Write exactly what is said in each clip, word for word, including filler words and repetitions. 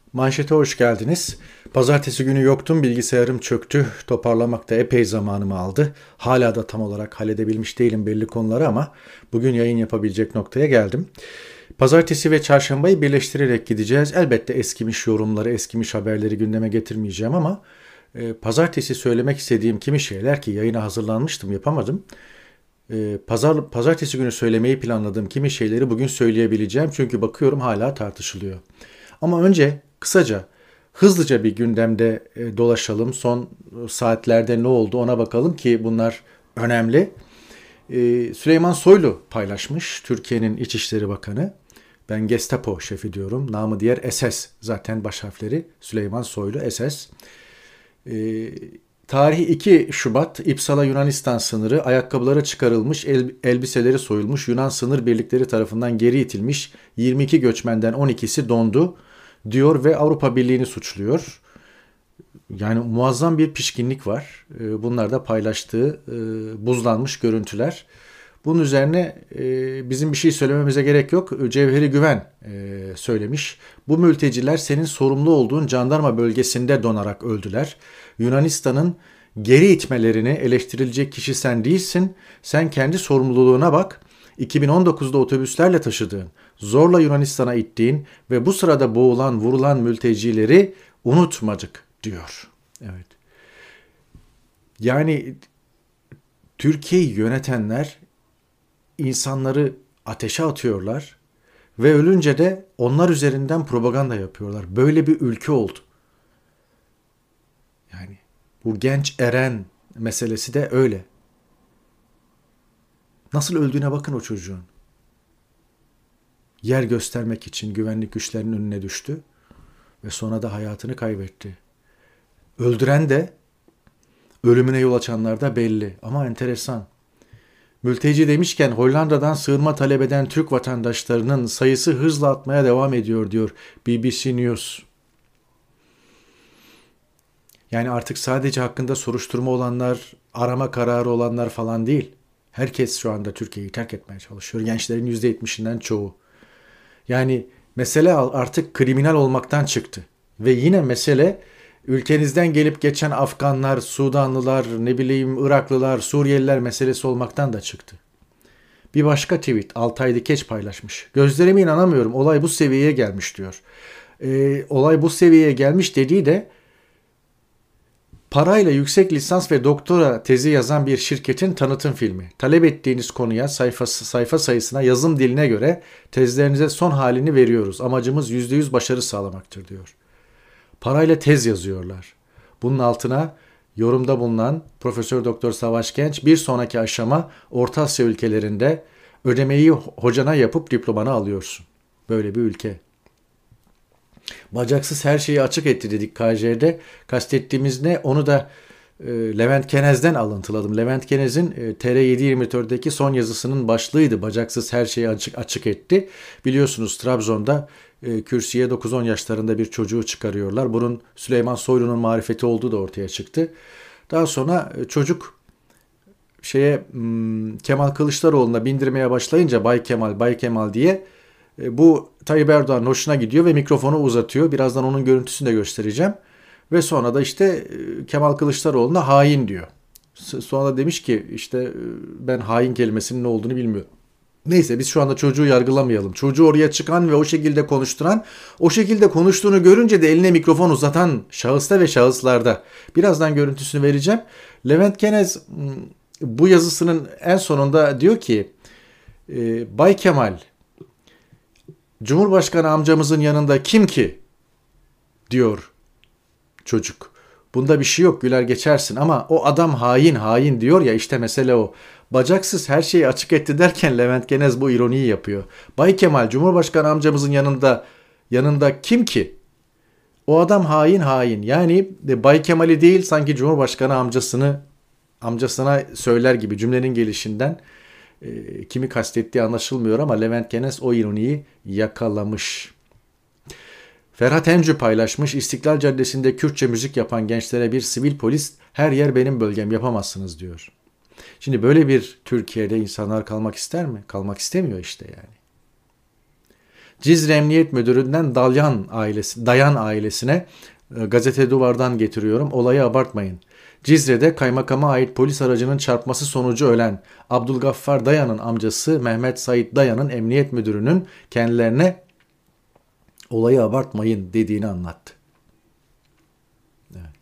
Manşete hoş geldiniz. Pazartesi günü yoktum, bilgisayarım çöktü. Toparlamakta epey zamanımı aldı. Hala da tam olarak halledebilmiş değilim belli konuları ama bugün yayın yapabilecek noktaya geldim. Pazartesi ve çarşambayı birleştirerek gideceğiz. Elbette eskimiş yorumları, eskimiş haberleri gündeme getirmeyeceğim ama e, pazartesi söylemek istediğim kimi şeyler ki yayına hazırlanmıştım yapamadım. E, pazar, pazartesi günü söylemeyi planladığım kimi şeyleri bugün söyleyebileceğim çünkü bakıyorum hala tartışılıyor. Ama önce kısaca, hızlıca bir gündemde e, dolaşalım. Son saatlerde ne oldu ona bakalım ki bunlar önemli. E, Süleyman Soylu paylaşmış, Türkiye'nin İçişleri Bakanı. Ben Gestapo şefi diyorum. Namı diğer S S. Zaten baş harfleri Süleyman Soylu S S. E, Tarih iki Şubat, İpsala Yunanistan sınırı, ayakkabıları çıkarılmış, el, elbiseleri soyulmuş, Yunan sınır birlikleri tarafından geri itilmiş yirmi iki göçmenden on ikisi dondu diyor ve Avrupa Birliği'ni suçluyor. Yani muazzam bir pişkinlik var. Bunlar da paylaştığı buzlanmış görüntüler. Bunun üzerine bizim bir şey söylememize gerek yok. Cevheri Güven söylemiş. Bu mülteciler senin sorumlu olduğun jandarma bölgesinde donarak öldüler. Yunanistan'ın geri itmelerini eleştirilecek kişi sen değilsin. Sen kendi sorumluluğuna bak. iki bin on dokuzda otobüslerle taşıdığın, zorla Yunanistan'a ittiğin ve bu sırada boğulan, vurulan mültecileri unutmadık diyor. Evet. Yani Türkiye'yi yönetenler insanları ateşe atıyorlar ve ölünce de onlar üzerinden propaganda yapıyorlar. Böyle bir ülke oldu. Yani bu genç Eren meselesi de öyle. Nasıl öldüğüne bakın o çocuğun. Yer göstermek için güvenlik güçlerinin önüne düştü ve sonra da hayatını kaybetti. Öldüren de, ölümüne yol açanlar da belli ama enteresan. Mülteci demişken Hollanda'dan sığınma talep eden Türk vatandaşlarının sayısı hızla artmaya devam ediyor diyor B B C News. Yani artık sadece hakkında soruşturma olanlar, arama kararı olanlar falan değil. Herkes şu anda Türkiye'yi terk etmeye çalışıyor. Gençlerin yüzde yetmişinden çoğu. Yani mesele artık kriminal olmaktan çıktı. Ve yine mesele ülkenizden gelip geçen Afganlar, Sudanlılar, ne bileyim Iraklılar, Suriyeliler meselesi olmaktan da çıktı. Bir başka tweet Altay Dikeç paylaşmış. Gözlerime inanamıyorum, olay bu seviyeye gelmiş diyor. Ee, olay bu seviyeye gelmiş dediği de parayla yüksek lisans ve doktora tezi yazan bir şirketin tanıtım filmi. Talep ettiğiniz konuya, sayfası, sayfa sayısına, yazım diline göre tezlerinize son halini veriyoruz. Amacımız yüzde yüz başarı sağlamaktır diyor. Parayla tez yazıyorlar. Bunun altına yorumda bulunan Profesör Doktor Savaş Genç bir sonraki aşama Orta Asya ülkelerinde ödemeyi hocana yapıp diplomanı alıyorsun. Böyle bir ülke. Bacaksız her şeyi açık etti dedik K J'de. Kastettiğimiz ne? Onu da e, Levent Kenez'den alıntıladım. Levent Kenez'in e, T R yedi yirmi dörtteki son yazısının başlığıydı. Bacaksız her şeyi açık açık etti. Biliyorsunuz Trabzon'da e, kürsüye dokuz on yaşlarında bir çocuğu çıkarıyorlar. Bunun Süleyman Soylu'nun marifeti olduğu da ortaya çıktı. Daha sonra e, çocuk şeye hmm, Kemal Kılıçdaroğlu'na bindirmeye başlayınca Bay Kemal, Bay Kemal diye bu Tayyip Erdoğan'ın hoşuna gidiyor ve mikrofonu uzatıyor. Birazdan onun görüntüsünü de göstereceğim. Ve sonra da işte Kemal Kılıçdaroğlu'na hain diyor. Sonra da demiş ki işte ben hain kelimesinin ne olduğunu bilmiyorum. Neyse biz şu anda çocuğu yargılamayalım. Çocuğu oraya çıkan ve o şekilde konuşturan, o şekilde konuştuğunu görünce de eline mikrofon uzatan şahısta ve şahıslarda. Birazdan görüntüsünü vereceğim. Levent Kenez bu yazısının en sonunda diyor ki Bay Kemal, Cumhurbaşkanı amcamızın yanında kim ki? Diyor çocuk. Bunda bir şey yok, güler geçersin ama o adam hain hain diyor ya, işte mesele o. Bacaksız her şeyi açık etti derken Levent Genez bu ironiyi yapıyor. Bay Kemal, Cumhurbaşkanı amcamızın yanında yanında kim ki? O adam hain hain. Yani Bay Kemal'i değil sanki Cumhurbaşkanı amcasını amcasına söyler gibi cümlenin gelişinden e, kimi kastettiği anlaşılmıyor ama Levent Genez o ironiyi yakalamış. Ferhat Encü paylaşmış. İstiklal Caddesi'nde Kürtçe müzik yapan gençlere bir sivil polis her yer benim bölgem yapamazsınız diyor. Şimdi böyle bir Türkiye'de insanlar kalmak ister mi? Kalmak istemiyor işte yani. Cizre Emniyet Müdürü'nden Dalyan ailesi, Dayan ailesine e, Gazete Duvar'dan getiriyorum. Olayı abartmayın. Cizre'de kaymakama ait polis aracının çarpması sonucu ölen Abdülgaffar Dayan'ın amcası Mehmet Said Dayan'ın emniyet müdürünün kendilerine olayı abartmayın dediğini anlattı. Evet.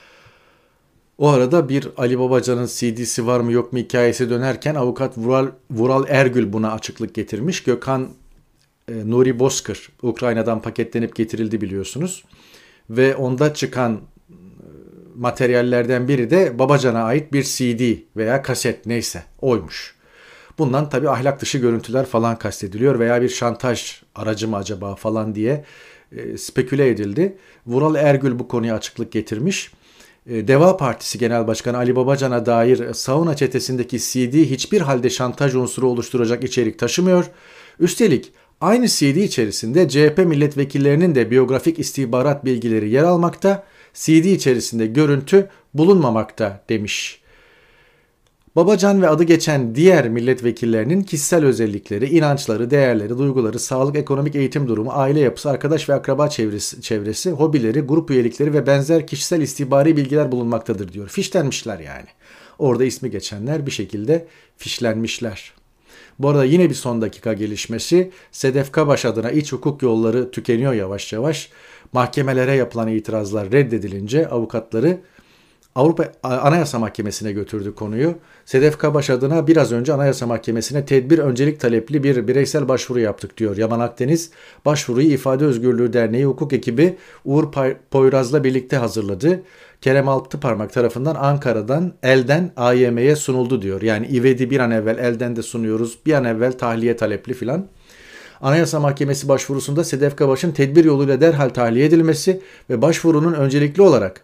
O arada bir Ali Babacan'ın C D'si var mı yok mu hikayesi dönerken avukat Vural, Vural Ergül buna açıklık getirmiş. Gökhan e, Nuri Bozkır Ukrayna'dan paketlenip getirildi biliyorsunuz. Ve onda çıkan materyallerden biri de Babacan'a ait bir C D veya kaset neyse oymuş. Bundan tabii ahlak dışı görüntüler falan kastediliyor veya bir şantaj aracı mı acaba falan diye e, speküle edildi. Vural Ergül bu konuya açıklık getirmiş. E, Deva Partisi Genel Başkanı Ali Babacan'a dair sauna çetesindeki C D hiçbir halde şantaj unsuru oluşturacak içerik taşımıyor. Üstelik aynı C D içerisinde C H P milletvekillerinin de biyografik istihbarat bilgileri yer almakta, C D içerisinde görüntü bulunmamakta demiş. Babacan ve adı geçen diğer milletvekillerinin kişisel özellikleri, inançları, değerleri, duyguları, sağlık, ekonomik eğitim durumu, aile yapısı, arkadaş ve akraba çevresi, çevresi, hobileri, grup üyelikleri ve benzer kişisel istihbari bilgiler bulunmaktadır diyor. Fişlenmişler yani. Orada ismi geçenler bir şekilde fişlenmişler. Bu arada yine bir son dakika gelişmesi. Sedef Kabaş adına iç hukuk yolları tükeniyor yavaş yavaş. Mahkemelere yapılan itirazlar reddedilince avukatları Avrupa Anayasa Mahkemesi'ne götürdü konuyu. Sedef Kabaş adına biraz önce Anayasa Mahkemesi'ne tedbir öncelik talepli bir bireysel başvuru yaptık diyor Yaman Akdeniz. Başvuruyu İfade Özgürlüğü Derneği hukuk ekibi Uğur Poyraz'la birlikte hazırladı. Kerem Altıparmak tarafından Ankara'dan elden A Y M'ye sunuldu diyor. Yani İvedi bir an evvel elden de sunuyoruz, bir an evvel tahliye talepli filan. Anayasa Mahkemesi başvurusunda Sedef Kabaş'ın tedbir yoluyla derhal tahliye edilmesi ve başvurunun öncelikli olarak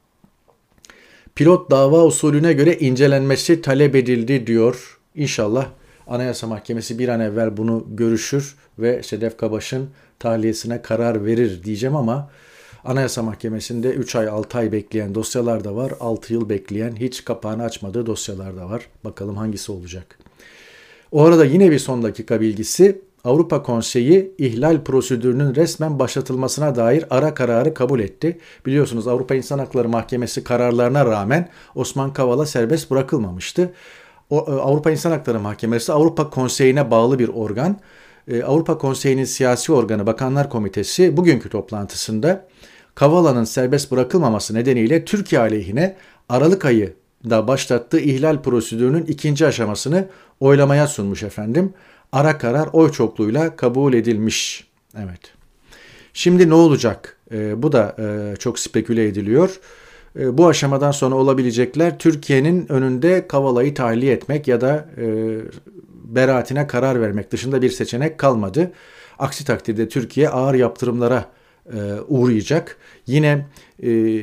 pilot dava usulüne göre incelenmesi talep edildi diyor. İnşallah Anayasa Mahkemesi bir an evvel bunu görüşür ve Sedef Kabaş'ın tahliyesine karar verir diyeceğim ama Anayasa Mahkemesi'nde üç ay altı ay bekleyen dosyalar da var. altı yıl bekleyen hiç kapağını açmadığı dosyalar da var. Bakalım hangisi olacak. O arada yine bir son dakika bilgisi. Avrupa Konseyi ihlal prosedürünün resmen başlatılmasına dair ara kararı kabul etti. Biliyorsunuz Avrupa İnsan Hakları Mahkemesi kararlarına rağmen Osman Kavala serbest bırakılmamıştı. O, Avrupa İnsan Hakları Mahkemesi Avrupa Konseyi'ne bağlı bir organ. Avrupa Konseyi'nin siyasi organı Bakanlar Komitesi bugünkü toplantısında Kavala'nın serbest bırakılmaması nedeniyle Türkiye aleyhine Aralık ayı da başlattığı ihlal prosedürünün ikinci aşamasını oylamaya sunmuş efendim. Ara karar oy çokluğuyla kabul edilmiş. Evet. Şimdi ne olacak? E, bu da e, çok speküle ediliyor. E, bu aşamadan sonra olabilecekler Türkiye'nin önünde Kavala'yı tahliye etmek ya da e, beraatine karar vermek dışında bir seçenek kalmadı. Aksi takdirde Türkiye ağır yaptırımlara e, uğrayacak. Yine e,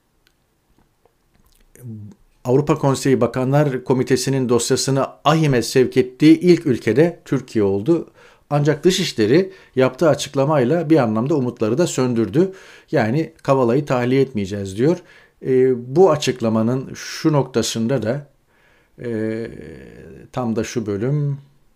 Avrupa Konseyi Bakanlar Komitesi'nin dosyasını A H İM'e sevk ettiği ilk ülkede Türkiye oldu. Ancak Dışişleri yaptığı açıklamayla bir anlamda umutları da söndürdü. Yani Kavala'yı tahliye etmeyeceğiz diyor. E, bu açıklamanın şu noktasında da e, tam da şu bölüm.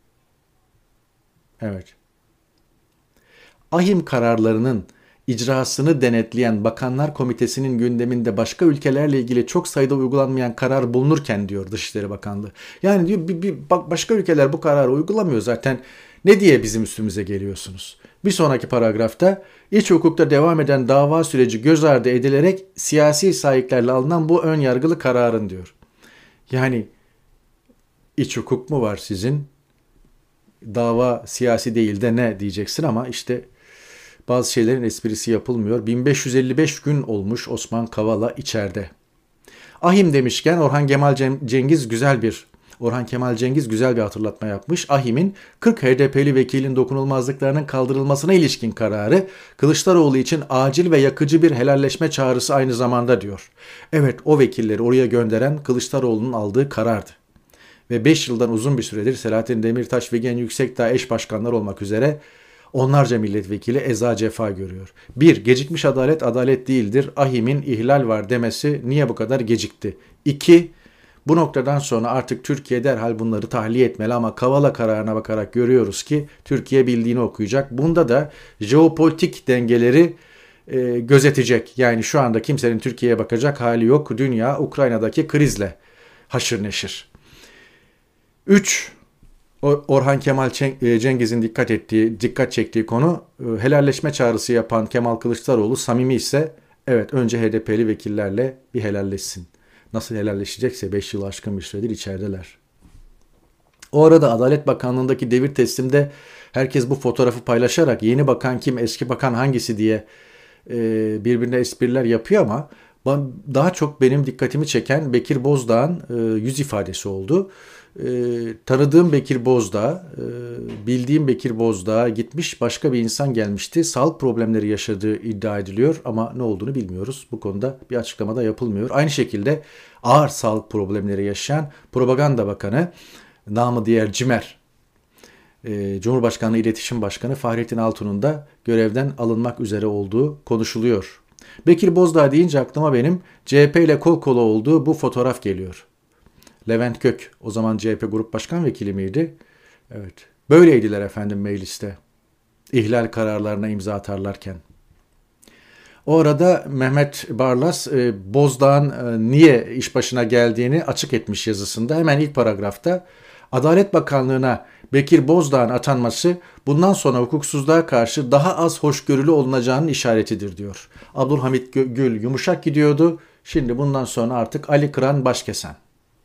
Evet. A H İM kararlarının icrasını denetleyen Bakanlar Komitesi'nin gündeminde başka ülkelerle ilgili çok sayıda uygulanmayan karar bulunurken diyor Dışişleri Bakanlığı. Yani diyor bir, bir, başka ülkeler bu kararı uygulamıyor zaten. Ne diye bizim üstümüze geliyorsunuz? Bir sonraki paragrafta iç hukukta devam eden dava süreci göz ardı edilerek siyasi sahiplerle alınan bu ön yargılı kararın diyor. Yani iç hukuk mu var sizin? Dava siyasi değil de ne diyeceksin ama işte bazı şeylerin esprisi yapılmıyor. bin beş yüz elli beş gün olmuş Osman Kavala içeride. A H İM demişken Orhan Kemal Cengiz güzel bir Orhan Kemal Cengiz güzel bir hatırlatma yapmış. A H İM'in kırk H D P'li vekilin dokunulmazlıklarının kaldırılmasına ilişkin kararı Kılıçdaroğlu için acil ve yakıcı bir helalleşme çağrısı aynı zamanda diyor. Evet, o vekilleri oraya gönderen Kılıçdaroğlu'nun aldığı karardı. Ve beş yıldan uzun bir süredir Selahattin Demirtaş ve Gen Yüksekdağ eş başkanlar olmak üzere onlarca milletvekili eza cefa görüyor. Bir, gecikmiş adalet adalet değildir. A H İM'in ihlal var demesi niye bu kadar gecikti? İki, Bu noktadan sonra artık Türkiye derhal bunları tahliye etmeli ama Kavala kararına bakarak görüyoruz ki Türkiye bildiğini okuyacak. Bunda da jeopolitik dengeleri e, gözetecek. Yani şu anda kimsenin Türkiye'ye bakacak hali yok. Dünya Ukrayna'daki krizle haşır neşir. üç. Orhan Kemal Cengiz'in dikkat ettiği, dikkat çektiği konu helalleşme çağrısı yapan Kemal Kılıçdaroğlu samimi ise evet önce H D P'li vekillerle bir helalleşsin. Nasıl helalleşecekse beş yıl aşkın bir süredir içerideler. O arada Adalet Bakanlığı'ndaki devir teslimde herkes bu fotoğrafı paylaşarak yeni bakan kim, eski bakan hangisi diye birbirine espriler yapıyor ama daha çok benim dikkatimi çeken Bekir Bozdağ'ın yüz ifadesi oldu. Ee, tanıdığım Bekir Bozdağ, e, bildiğim Bekir Bozdağ'a gitmiş başka bir insan gelmişti. Sağlık problemleri yaşadığı iddia ediliyor ama ne olduğunu bilmiyoruz. Bu konuda bir açıklama da yapılmıyor. Aynı şekilde ağır sağlık problemleri yaşayan Propaganda Bakanı, namı diğer Cimer, e, Cumhurbaşkanlığı İletişim Başkanı Fahrettin Altun'un da görevden alınmak üzere olduğu konuşuluyor. Bekir Bozdağ deyince aklıma benim C H P ile kol kola olduğu bu fotoğraf geliyor. Levent Kök, o zaman C H P Grup Başkan Vekili miydi? Evet. Böyleydiler efendim mecliste. İhlal kararlarına imza atarlarken. O arada Mehmet Barlas e, Bozdağ'ın e, niye iş başına geldiğini açık etmiş yazısında. Hemen ilk paragrafta Adalet Bakanlığı'na Bekir Bozdağ'ın atanması bundan sonra hukuksuzluğa karşı daha az hoşgörülü olunacağının işaretidir diyor. Abdülhamit Gül yumuşak gidiyordu. Şimdi bundan sonra artık Ali Kıran Başkesen.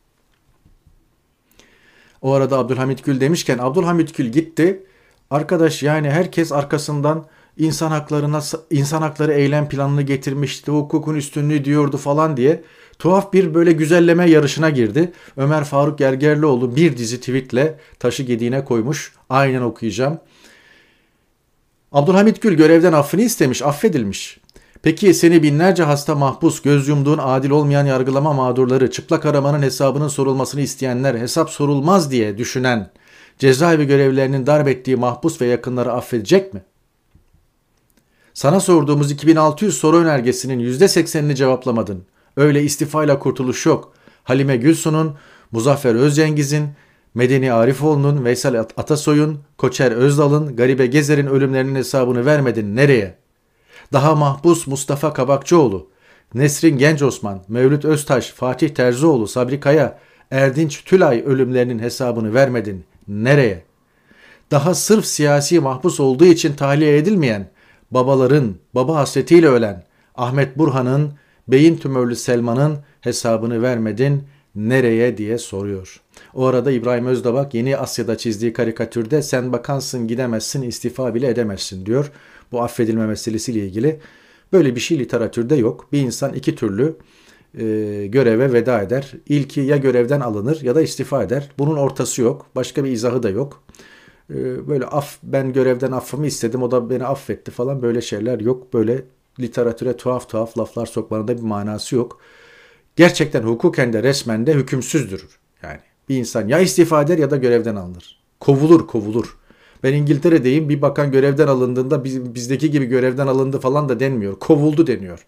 O arada Abdülhamit Gül demişken Abdülhamit Gül gitti. Arkadaş yani herkes arkasından insan haklarına insan hakları eylem planını getirmişti. Hukukun üstünlüğü diyordu falan diye tuhaf bir böyle güzelleme yarışına girdi. Ömer Faruk Gergerlioğlu bir dizi tweetle taşı gediğine koymuş. Aynen okuyacağım. Abdülhamit Gül görevden affını istemiş, affedilmiş. Peki seni binlerce hasta mahpus, göz yumduğun adil olmayan yargılama mağdurları, çıplak aramanın hesabının sorulmasını isteyenler, hesap sorulmaz diye düşünen, cezaevi görevlilerinin darp ettiği mahpus ve yakınları affedecek mi? Sana sorduğumuz iki bin altı yüz soru önergesinin yüzde seksenini cevaplamadın. Öyle istifayla kurtuluş yok. Halime Gülsu'nun, Muzaffer Özcengiz'in, Medeni Arifoğlu'nun, Veysel Atasoy'un, Koçer Özdal'ın, Garibe Gezer'in ölümlerinin hesabını vermedin nereye? Daha mahpus Mustafa Kabakçıoğlu, Nesrin Genç Osman, Mevlüt Öztaş, Fatih Terzioğlu, Sabri Kaya, Erdinç Tülay ölümlerinin hesabını vermedin. Nereye? Daha sırf siyasi mahpus olduğu için tahliye edilmeyen, babaların, baba hasretiyle ölen, Ahmet Burhan'ın, beyin tümörlü Selman'ın hesabını vermedin. Nereye diye soruyor. O arada İbrahim Özdabak Yeni Asya'da çizdiği karikatürde sen bakansın gidemezsin istifa bile edemezsin diyor. Bu affedilme meselesiyle ilgili böyle bir şey literatürde yok. Bir insan iki türlü e, göreve veda eder. İlki ya görevden alınır ya da istifa eder. Bunun ortası yok. Başka bir izahı da yok. E, böyle af ben görevden affımı istedim o da beni affetti falan böyle şeyler yok. Böyle literatüre tuhaf tuhaf laflar sokmanın da bir manası yok. Gerçekten hukuken de resmen de hükümsüzdür. Yani bir insan ya istifa eder ya da görevden alınır. Kovulur kovulur. Ben İngiltere'deyim bir bakan görevden alındığında biz, bizdeki gibi görevden alındı falan da denmiyor. Kovuldu deniyor.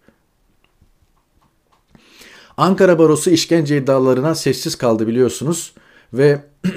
Ankara Barosu işkence iddialarına sessiz kaldı biliyorsunuz. Ve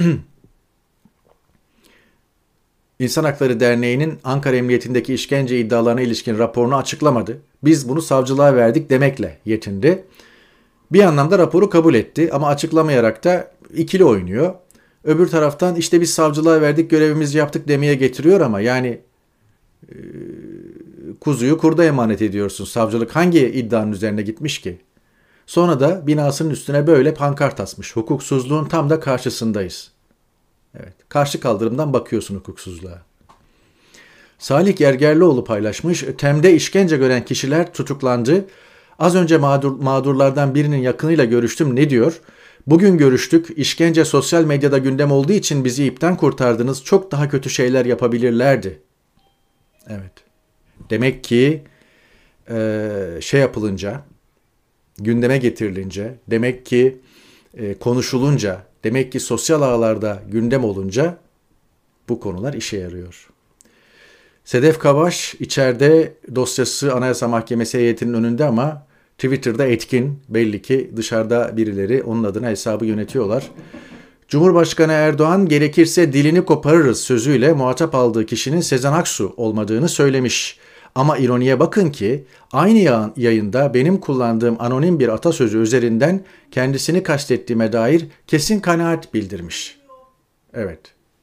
İnsan Hakları Derneği'nin Ankara Emniyetindeki işkence iddialarına ilişkin raporunu açıklamadı. Biz bunu savcılığa verdik demekle yetindi. Bir anlamda raporu kabul etti ama açıklamayarak da ikili oynuyor. Öbür taraftan işte biz savcılığa verdik görevimizi yaptık demeye getiriyor ama yani e, kuzuyu kurda emanet ediyorsun. Savcılık hangi iddianın üzerine gitmiş ki? Sonra da binasının üstüne böyle pankart asmış. Hukuksuzluğun tam da karşısındayız. Evet, karşı kaldırımdan bakıyorsun hukuksuzluğa. Salih Gergerlioğlu paylaşmış. Tem'de işkence gören kişiler tutuklandı. Az önce mağdur, mağdurlardan birinin yakınıyla görüştüm. Ne diyor? Bugün görüştük. İşkence sosyal medyada gündem olduğu için bizi ipten kurtardınız. Çok daha kötü şeyler yapabilirlerdi. Evet. Demek ki e, şey yapılınca, gündeme getirilince, demek ki e, konuşulunca, demek ki sosyal ağlarda gündem olunca bu konular işe yarıyor. Sedef Kabaş içeride dosyası Anayasa Mahkemesi heyetinin önünde ama Twitter'da etkin, belli ki dışarıda birileri onun adına hesabı yönetiyorlar. Cumhurbaşkanı Erdoğan gerekirse dilini koparırız sözüyle muhatap aldığı kişinin Sezen Aksu olmadığını söylemiş. Ama ironiye bakın ki aynı yayında benim kullandığım anonim bir atasözü üzerinden kendisini kastettiğime dair kesin kanaat bildirmiş. Evet.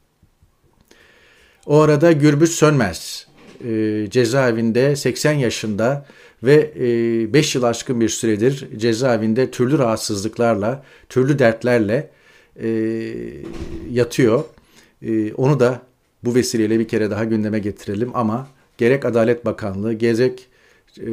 O arada Gürbüz Sönmez e, cezaevinde seksen yaşında ve beş yıl aşkın bir süredir cezaevinde türlü rahatsızlıklarla, türlü dertlerle e, yatıyor. E, onu da bu vesileyle bir kere daha gündeme getirelim ama gerek Adalet Bakanlığı, gerek e,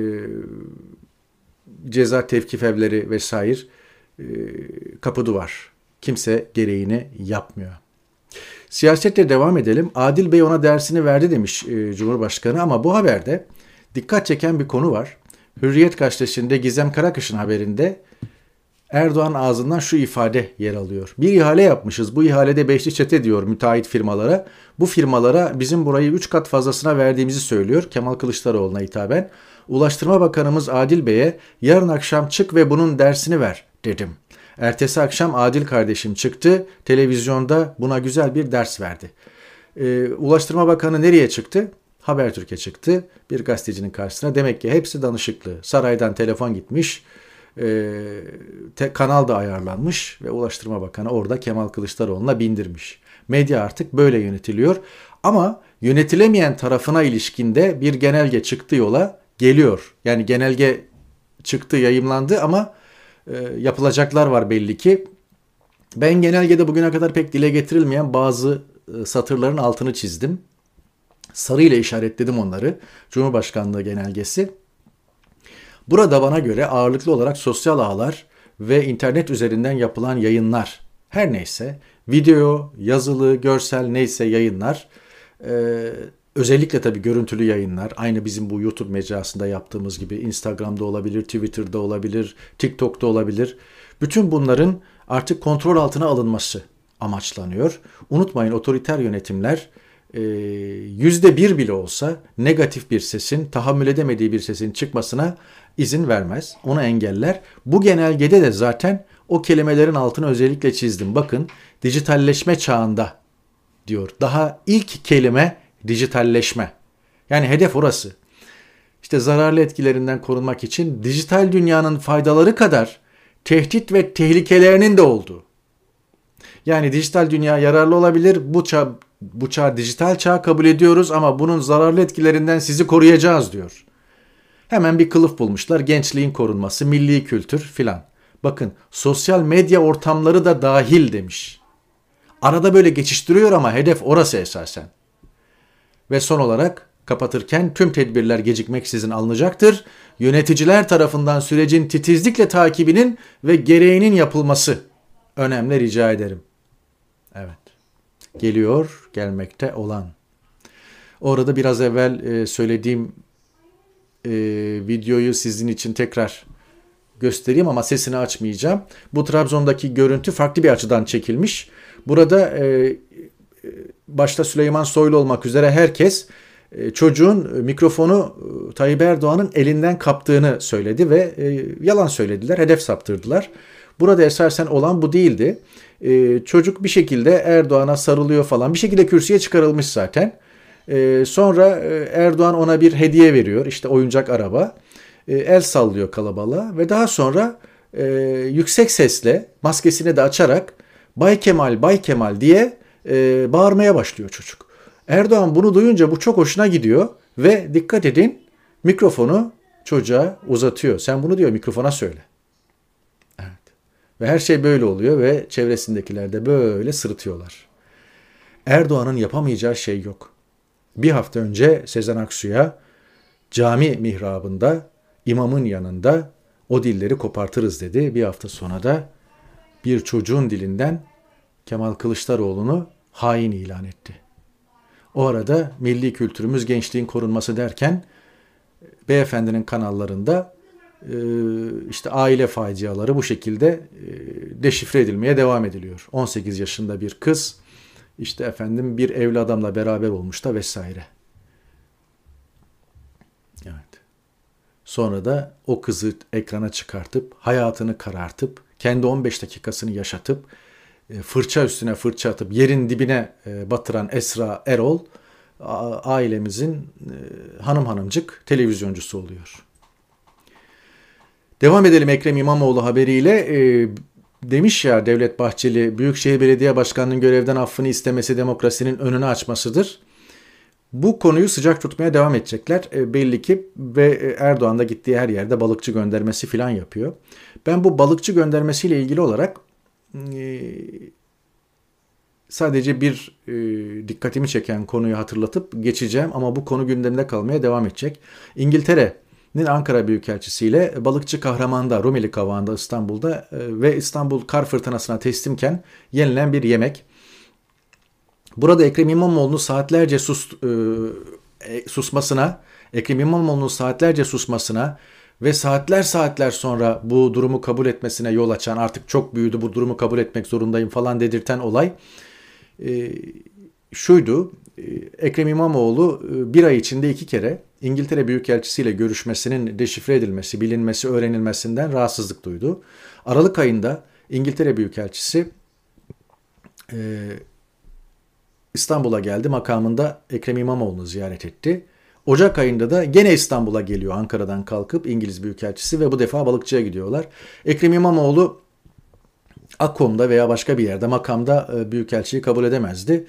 ceza tevkif evleri vesaire e, kapı duvar. Kimse gereğini yapmıyor. Siyasetle devam edelim. Adil Bey ona dersini verdi demiş e, Cumhurbaşkanı ama bu haberde dikkat çeken bir konu var. Hürriyet gazetesinde Gizem Karakış'ın haberinde Erdoğan ağzından şu ifade yer alıyor. Bir ihale yapmışız. Bu ihalede beşli çete diyor müteahhit firmalara. Bu firmalara bizim burayı üç kat fazlasına verdiğimizi söylüyor. Kemal Kılıçdaroğlu'na hitaben. Ulaştırma Bakanımız Adil Bey'e yarın akşam çık ve bunun dersini ver dedim. Ertesi akşam Adil kardeşim çıktı. Televizyonda buna güzel bir ders verdi. Ee, Ulaştırma Bakanı nereye çıktı? Habertürk'e çıktı. Bir gazetecinin karşısına. Demek ki hepsi danışıklı. Saraydan telefon gitmiş. Ee, te, kanal da ayarlanmış ve Ulaştırma Bakanı orada Kemal Kılıçdaroğlu'na bindirmiş. Medya artık böyle yönetiliyor. Ama yönetilemeyen tarafına ilişkinde bir genelge çıktı yola geliyor. Yani genelge çıktı, yayımlandı ama e, yapılacaklar var belli ki. Ben genelgede bugüne kadar pek dile getirilmeyen bazı e, satırların altını çizdim. Sarıyla işaretledim onları. Cumhurbaşkanlığı genelgesi. Burada bana göre ağırlıklı olarak sosyal ağlar ve internet üzerinden yapılan yayınlar, her neyse video, yazılı, görsel neyse yayınlar, e, özellikle tabii görüntülü yayınlar, aynı bizim bu YouTube mecrasında yaptığımız gibi Instagram'da olabilir, Twitter'da olabilir, TikTok'ta olabilir. Bütün bunların artık kontrol altına alınması amaçlanıyor. Unutmayın otoriter yönetimler yüzde bir bile olsa negatif bir sesin, tahammül edemediği bir sesin çıkmasına izin vermez. Onu engeller. Bu genelgede de zaten o kelimelerin altını özellikle çizdim. Bakın dijitalleşme çağında diyor. Daha ilk kelime dijitalleşme. Yani hedef orası. İşte zararlı etkilerinden korunmak için dijital dünyanın faydaları kadar tehdit ve tehlikelerinin de olduğu. Yani dijital dünya yararlı olabilir. Bu çağ, bu çağ dijital çağ kabul ediyoruz ama bunun zararlı etkilerinden sizi koruyacağız diyor. Hemen bir kılıf bulmuşlar. Gençliğin korunması, milli kültür filan. Bakın sosyal medya ortamları da dahil demiş. Arada böyle geçiştiriyor ama hedef orası esasen. Ve son olarak kapatırken tüm tedbirler gecikmeksizin alınacaktır. Yöneticiler tarafından sürecin titizlikle takibinin ve gereğinin yapılması önemli rica ederim. Evet. Geliyor, gelmekte olan. Orada biraz evvel söylediğim e, videoyu sizin için tekrar göstereyim ama sesini açmayacağım. Bu Trabzon'daki görüntü farklı bir açıdan çekilmiş. Burada e, başta Süleyman Soylu olmak üzere herkes e, çocuğun mikrofonu e, Tayyip Erdoğan'ın elinden kaptığını söyledi ve e, yalan söylediler, hedef saptırdılar. Burada esasen olan bu değildi. Ee, çocuk bir şekilde Erdoğan'a sarılıyor falan. Bir şekilde kürsüye çıkarılmış zaten. Ee, sonra e, Erdoğan ona bir hediye veriyor. İşte oyuncak araba. Ee, el sallıyor kalabalığa ve daha sonra e, yüksek sesle maskesini de açarak Bay Kemal, Bay Kemal diye e, bağırmaya başlıyor çocuk. Erdoğan bunu duyunca bu çok hoşuna gidiyor ve dikkat edin mikrofonu çocuğa uzatıyor. Sen bunu diyor mikrofona söyle. Ve her şey böyle oluyor ve çevresindekiler de böyle sırıtıyorlar. Erdoğan'ın yapamayacağı şey yok. Bir hafta önce Sezen Aksu'ya cami mihrabında, imamın yanında o dilleri kopartırız dedi. Bir hafta sonra da bir çocuğun dilinden Kemal Kılıçdaroğlu'nu hain ilan etti. O arada milli kültürümüz gençliğin korunması derken beyefendinin kanallarında işte aile faciaları bu şekilde deşifre edilmeye devam ediliyor. on sekiz yaşında bir kız işte efendim bir evli adamla beraber olmuş da vesaire. Evet. Sonra da o kızı ekrana çıkartıp, hayatını karartıp, kendi on beş dakikasını yaşatıp, fırça üstüne fırça atıp yerin dibine batıran Esra Erol, ailemizin hanım hanımcık televizyoncusu oluyor. Devam edelim Ekrem İmamoğlu haberiyle. E, demiş ya Devlet Bahçeli, Büyükşehir Belediye Başkanı'nın görevden affını istemesi demokrasinin önünü açmasıdır. Bu konuyu sıcak tutmaya devam edecekler e, belli ki ve Erdoğan da gittiği her yerde balıkçı göndermesi falan yapıyor. Ben bu balıkçı göndermesiyle ilgili olarak e, sadece bir e, dikkatimi çeken konuyu hatırlatıp geçeceğim ama bu konu gündemde kalmaya devam edecek. İngiltere'nin Ankara Büyükelçisiyle balıkçı Kahraman'da, Rumeli Kavağı'nda İstanbul'da e, ve İstanbul kar fırtınasına teslimken yenilen bir yemek. Burada Ekrem İmamoğlu'nun saatlerce sus, e, susmasına, Ekrem İmamoğlu'nun saatlerce susmasına ve saatler saatler sonra bu durumu kabul etmesine yol açan, artık çok büyüdü bu durumu kabul etmek zorundayım falan dedirten olay e, şuydu. E, Ekrem İmamoğlu e, bir ay içinde iki kere İngiltere Büyükelçisi ile görüşmesinin deşifre edilmesi, bilinmesi, öğrenilmesinden rahatsızlık duydu. Aralık ayında İngiltere Büyükelçisi e, İstanbul'a geldi. Makamında Ekrem İmamoğlu'nu ziyaret etti. Ocak ayında da gene İstanbul'a geliyor Ankara'dan kalkıp İngiliz Büyükelçisi ve bu defa balıkçıya gidiyorlar. Ekrem İmamoğlu Akkom'da veya başka bir yerde makamda Büyükelçiyi kabul edemezdi.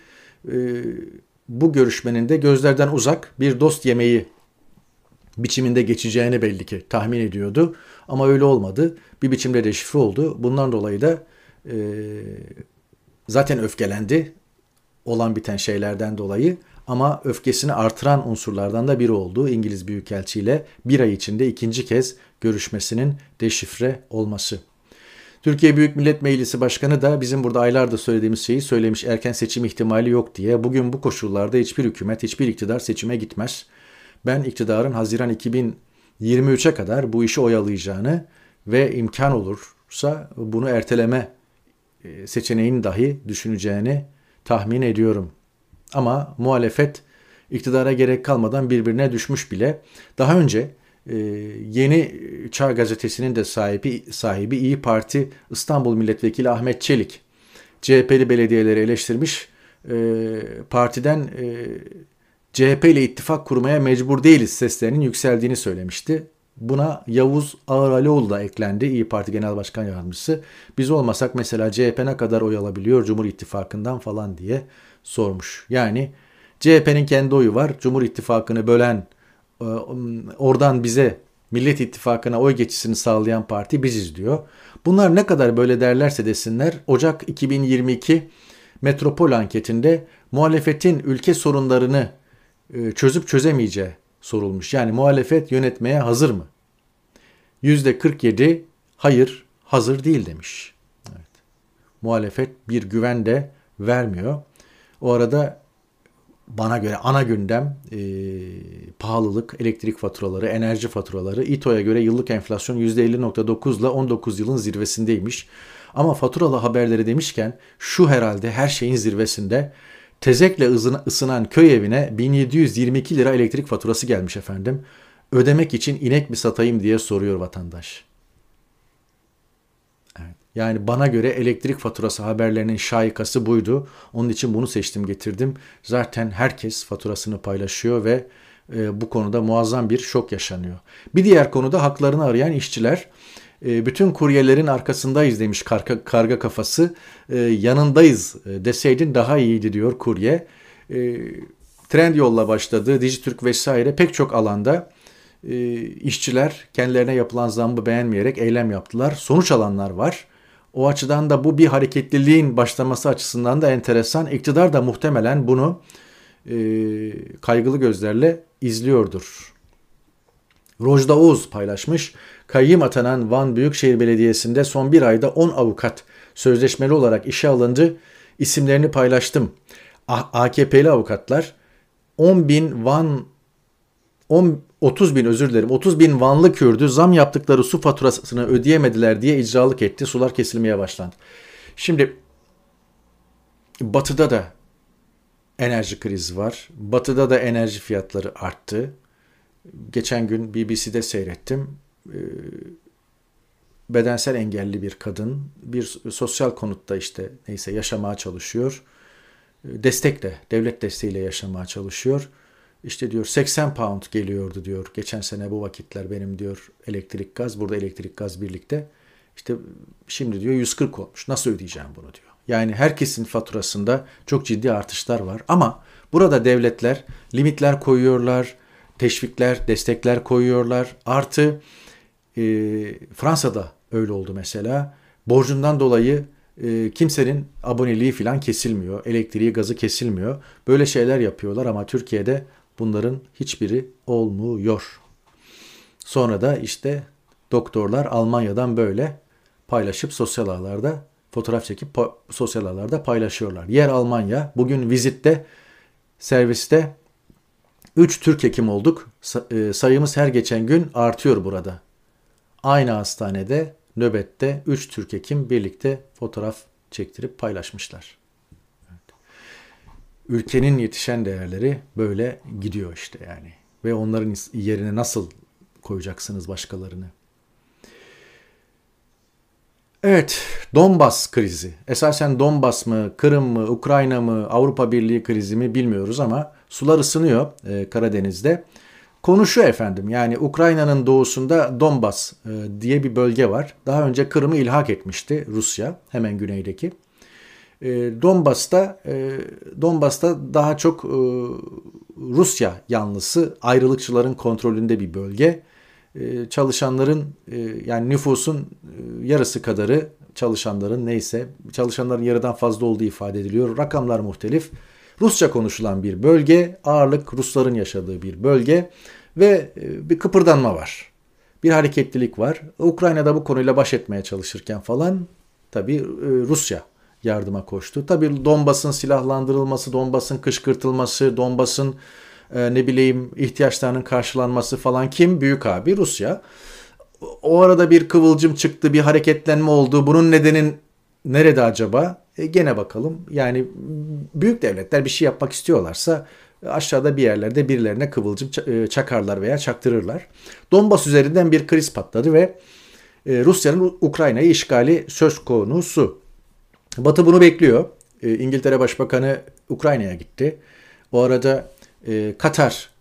Bu görüşmenin de gözlerden uzak bir dost yemeği biçiminde geçeceğini belli ki tahmin ediyordu. Ama öyle olmadı. Bir biçimde deşifre oldu. Bundan dolayı da e, zaten öfkelendi olan biten şeylerden dolayı, ama öfkesini artıran unsurlardan da biri oldu. İngiliz Büyükelçi ile bir ay içinde ikinci kez görüşmesinin deşifre olması. Türkiye Büyük Millet Meclisi Başkanı da bizim burada aylardır söylediğimiz şeyi söylemiş, erken seçim ihtimali yok diye. Bugün bu koşullarda hiçbir hükümet, hiçbir iktidar seçime gitmez. Ben iktidarın Haziran iki bin yirmi üçe kadar bu işi oyalayacağını ve imkan olursa bunu erteleme seçeneğini dahi düşüneceğini tahmin ediyorum. Ama muhalefet iktidara gerek kalmadan birbirine düşmüş bile. Daha önce e, Yeni Çağ Gazetesi'nin de sahibi, sahibi İyi Parti İstanbul Milletvekili Ahmet Çelik, C H P'li belediyeleri eleştirmiş, e, partiden e, C H P ile ittifak kurmaya mecbur değiliz seslerinin yükseldiğini söylemişti. Buna Yavuz Ağaralioğlu da eklendi, İyi Parti Genel Başkan Yardımcısı. Biz olmasak mesela C H P ne kadar oy alabiliyor Cumhur İttifakı'ndan falan diye sormuş. Yani C H P'nin kendi oyu var. Cumhur İttifakı'nı bölen, oradan bize Millet İttifakı'na oy geçişini sağlayan parti biziz diyor. Bunlar ne kadar böyle derlerse desinler, Ocak iki bin yirmi iki Metropol anketinde muhalefetin ülke sorunlarını çözüp çözemeyeceği sorulmuş. Yani muhalefet yönetmeye hazır mı? yüzde kırk yedi hayır, hazır değil demiş. Evet. Muhalefet bir güven de vermiyor. O arada bana göre ana gündem e, pahalılık, elektrik faturaları, enerji faturaları. İTO'ya göre yıllık enflasyon yüzde elli virgül dokuz ile on dokuz yılın zirvesindeymiş. Ama faturalı haberleri demişken şu herhalde her şeyin zirvesinde. Tezekle ısınan köy evine bin yedi yüz yirmi iki lira elektrik faturası gelmiş efendim. Ödemek için inek mi satayım diye soruyor vatandaş. Evet. Yani bana göre elektrik faturası haberlerinin şaikası buydu. Onun için bunu seçtim, getirdim. Zaten herkes faturasını paylaşıyor ve e, bu konuda muazzam bir şok yaşanıyor. Bir diğer konuda haklarını arayan işçiler. Bütün kuryelerin arkasındayız demiş karga, karga kafası. Ee, yanındayız deseydin daha iyiydi diyor kurye. Ee, Trendyol'la başladı. Dijitürk vesaire pek çok alanda e, işçiler kendilerine yapılan zammı beğenmeyerek eylem yaptılar. Sonuç alanlar var. O açıdan da bu bir hareketliliğin başlaması açısından da enteresan. İktidar da muhtemelen bunu e, kaygılı gözlerle izliyordur. Rojda Oğuz paylaşmış. Kayyım atanan Van Büyükşehir Belediyesi'nde son bir ayda on avukat sözleşmeli olarak işe alındı. İsimlerini paylaştım. A K P'li avukatlar on bin Van on, otuz bin özür dilerim otuz bin Vanlı Kürdü zam yaptıkları su faturasını ödeyemediler diye icralık etti. Sular kesilmeye başlandı. Şimdi Batı'da da enerji krizi var. Batı'da da enerji fiyatları arttı. Geçen gün B B C'de seyrettim. Ee, bedensel engelli bir kadın bir sosyal konutta işte neyse yaşamaya çalışıyor. Destekle, devlet desteğiyle yaşamaya çalışıyor. İşte diyor seksen pound geliyordu diyor. Geçen sene bu vakitler benim diyor elektrik gaz, burada elektrik gaz birlikte. İşte şimdi diyor yüz kırk olmuş. Nasıl ödeyeceğim bunu diyor. Yani herkesin faturasında çok ciddi artışlar var. Ama burada devletler limitler koyuyorlar, teşvikler, destekler koyuyorlar. Artı e, Fransa'da öyle oldu mesela. Borcundan dolayı e, kimsenin aboneliği falan kesilmiyor. Elektriği, gazı kesilmiyor. Böyle şeyler yapıyorlar ama Türkiye'de bunların hiçbiri olmuyor. Sonra da işte doktorlar Almanya'dan böyle paylaşıp sosyal ağlarda fotoğraf çekip sosyal ağlarda paylaşıyorlar. Yer Almanya. Bugün vizitte serviste üç Türk hekim olduk. Sayımız her geçen gün artıyor burada. Aynı hastanede nöbette üç Türk hekim birlikte fotoğraf çektirip paylaşmışlar. Evet. Ülkenin yetişen değerleri böyle gidiyor işte yani. Ve onların yerine nasıl koyacaksınız başkalarını? Evet, Donbas krizi. Esasen Donbas mı, Kırım mı, Ukrayna mı, Avrupa Birliği krizi mi bilmiyoruz ama sular ısınıyor e, Karadeniz'de. Konu şu efendim, yani Ukrayna'nın doğusunda Donbas e, diye bir bölge var. Daha önce Kırım'ı ilhak etmişti Rusya, hemen güneydeki. E, Donbas'ta e, Donbas'ta daha çok e, Rusya yanlısı ayrılıkçıların kontrolünde bir bölge. E, çalışanların e, yani nüfusun e, yarısı kadarı çalışanların neyse çalışanların yarıdan fazla olduğu ifade ediliyor. Rakamlar muhtelif. Rusça konuşulan bir bölge, ağırlık Rusların yaşadığı bir bölge ve bir kıpırdanma var. Bir hareketlilik var. Ukrayna'da bu konuyla baş etmeye çalışırken falan tabii Rusya yardıma koştu. Tabii Donbas'ın silahlandırılması, Donbas'ın kışkırtılması, Donbas'ın ne bileyim ihtiyaçlarının karşılanması falan kim? Büyük abi Rusya. O arada bir kıvılcım çıktı, bir hareketlenme oldu. Bunun nedenin nerede acaba? E gene bakalım. Yani büyük devletler bir şey yapmak istiyorlarsa aşağıda bir yerlerde birilerine kıvılcım çakarlar veya çaktırırlar. Donbas üzerinden bir kriz patladı ve Rusya'nın Ukrayna'yı işgali söz konusu. Batı bunu bekliyor. İngiltere Başbakanı Ukrayna'ya gitti. O arada Katar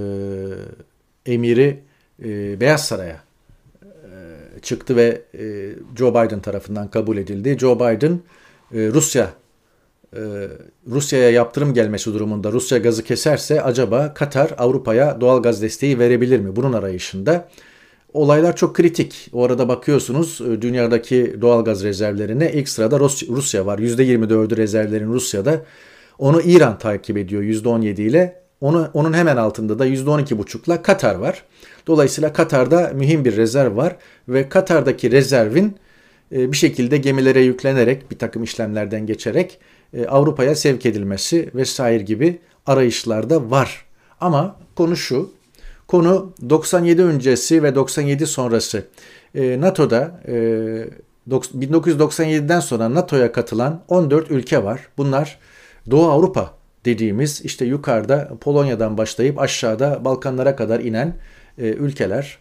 emiri Beyaz Saray'a çıktı ve Joe Biden tarafından kabul edildi. Joe Biden Rusya Rusya'ya yaptırım gelmesi durumunda Rusya gazı keserse acaba Katar Avrupa'ya doğal gaz desteği verebilir mi? Bunun arayışında. Olaylar çok kritik. O arada bakıyorsunuz dünyadaki doğal gaz rezervlerine ilk sırada Rusya var. yüzde yirmi dördü rezervlerin Rusya'da. Onu İran takip ediyor yüzde on yedi ile. Onu, onun hemen altında da yüzde on iki buçukla Katar var. Dolayısıyla Katar'da mühim bir rezerv var ve Katar'daki rezervin bir şekilde gemilere yüklenerek bir takım işlemlerden geçerek Avrupa'ya sevk edilmesi vesaire gibi arayışlarda var. Ama konu şu, konu doksan yedi öncesi ve doksan yedi sonrası. NATO'da bin dokuz yüz doksan yediden sonra NATO'ya katılan on dört ülke var. Bunlar Doğu Avrupa dediğimiz işte yukarıda Polonya'dan başlayıp aşağıda Balkanlara kadar inen ülkeler.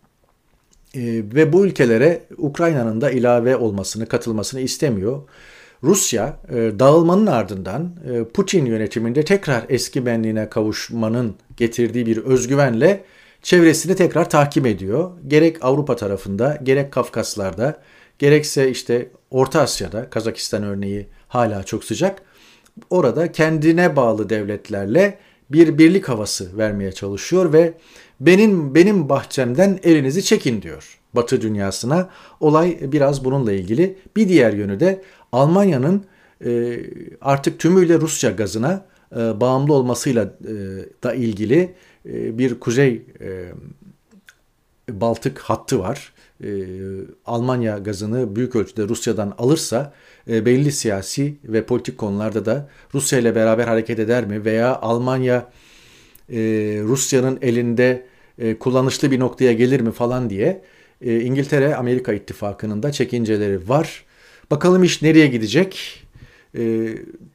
Ve bu ülkelere Ukrayna'nın da ilave olmasını, katılmasını istemiyor. Rusya dağılmanın ardından Putin yönetiminde tekrar eski benliğine kavuşmanın getirdiği bir özgüvenle çevresini tekrar takip ediyor. Gerek Avrupa tarafında, gerek Kafkaslar'da, gerekse işte Orta Asya'da, Kazakistan örneği hala çok sıcak. Orada kendine bağlı devletlerle bir birlik havası vermeye çalışıyor ve benim benim bahçemden elinizi çekin diyor Batı dünyasına. Olay biraz bununla ilgili. Bir diğer yönü de Almanya'nın e, artık tümüyle Rusya gazına e, bağımlı olmasıyla e, da ilgili e, bir Kuzey e, Baltık hattı var. E, Almanya gazını büyük ölçüde Rusya'dan alırsa e, belli siyasi ve politik konularda da Rusya ile beraber hareket eder mi? Veya Almanya e, Rusya'nın elinde e, kullanışlı bir noktaya gelir mi falan diye e, İngiltere Amerika ittifakının da çekinceleri var. Bakalım iş nereye gidecek? E,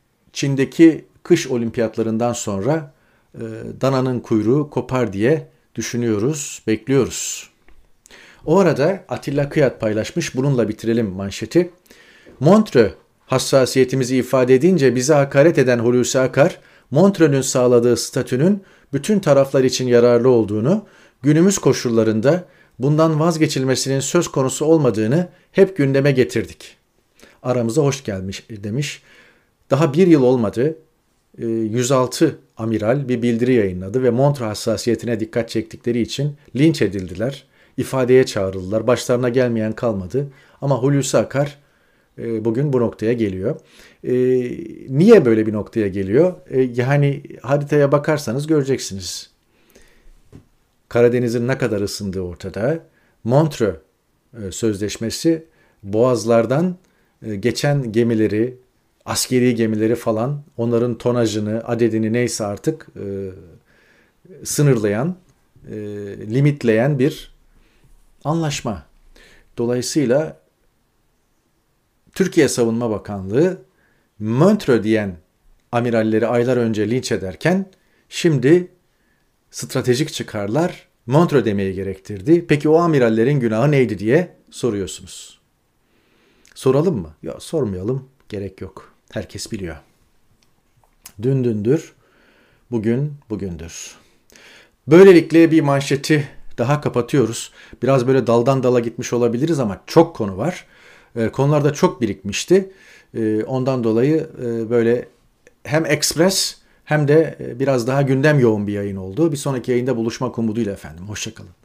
Çin'deki kış olimpiyatlarından sonra e, dananın kuyruğu kopar diye düşünüyoruz, bekliyoruz. O arada Atilla Kıyat paylaşmış, bununla bitirelim manşeti. Montreux hassasiyetimizi ifade edince bize hakaret eden Hulusi Akar, Montreux'ün sağladığı statünün bütün taraflar için yararlı olduğunu, günümüz koşullarında bundan vazgeçilmesinin söz konusu olmadığını hep gündeme getirdik. Aramıza hoş gelmiş demiş. Daha bir yıl olmadı. yüz altı amiral bir bildiri yayınladı ve Montreux hassasiyetine dikkat çektikleri için linç edildiler. İfadeye çağrıldılar. Başlarına gelmeyen kalmadı. Ama Hulusi Akar bugün bu noktaya geliyor. Niye böyle bir noktaya geliyor? Yani haritaya bakarsanız göreceksiniz. Karadeniz'in ne kadar ısındığı ortada. Montreux Sözleşmesi boğazlardan geçen gemileri, askeri gemileri falan, onların tonajını, adedini neyse artık sınırlayan, limitleyen bir anlaşma. Dolayısıyla Türkiye Savunma Bakanlığı Montreux diyen amiralleri aylar önce linç ederken şimdi stratejik çıkarlar Montreux demeyi gerektirdi. Peki o amirallerin günahı neydi diye soruyorsunuz. Soralım mı? Ya sormayalım. Gerek yok. Herkes biliyor. Dün dündür, bugün bugündür. Böylelikle bir manşeti daha kapatıyoruz. Biraz böyle daldan dala gitmiş olabiliriz ama çok konu var. E, konular da çok birikmişti. E, ondan dolayı e, böyle hem ekspres hem de biraz daha gündem yoğun bir yayın oldu. Bir sonraki yayında buluşmak umuduyla efendim. Hoşça kalın.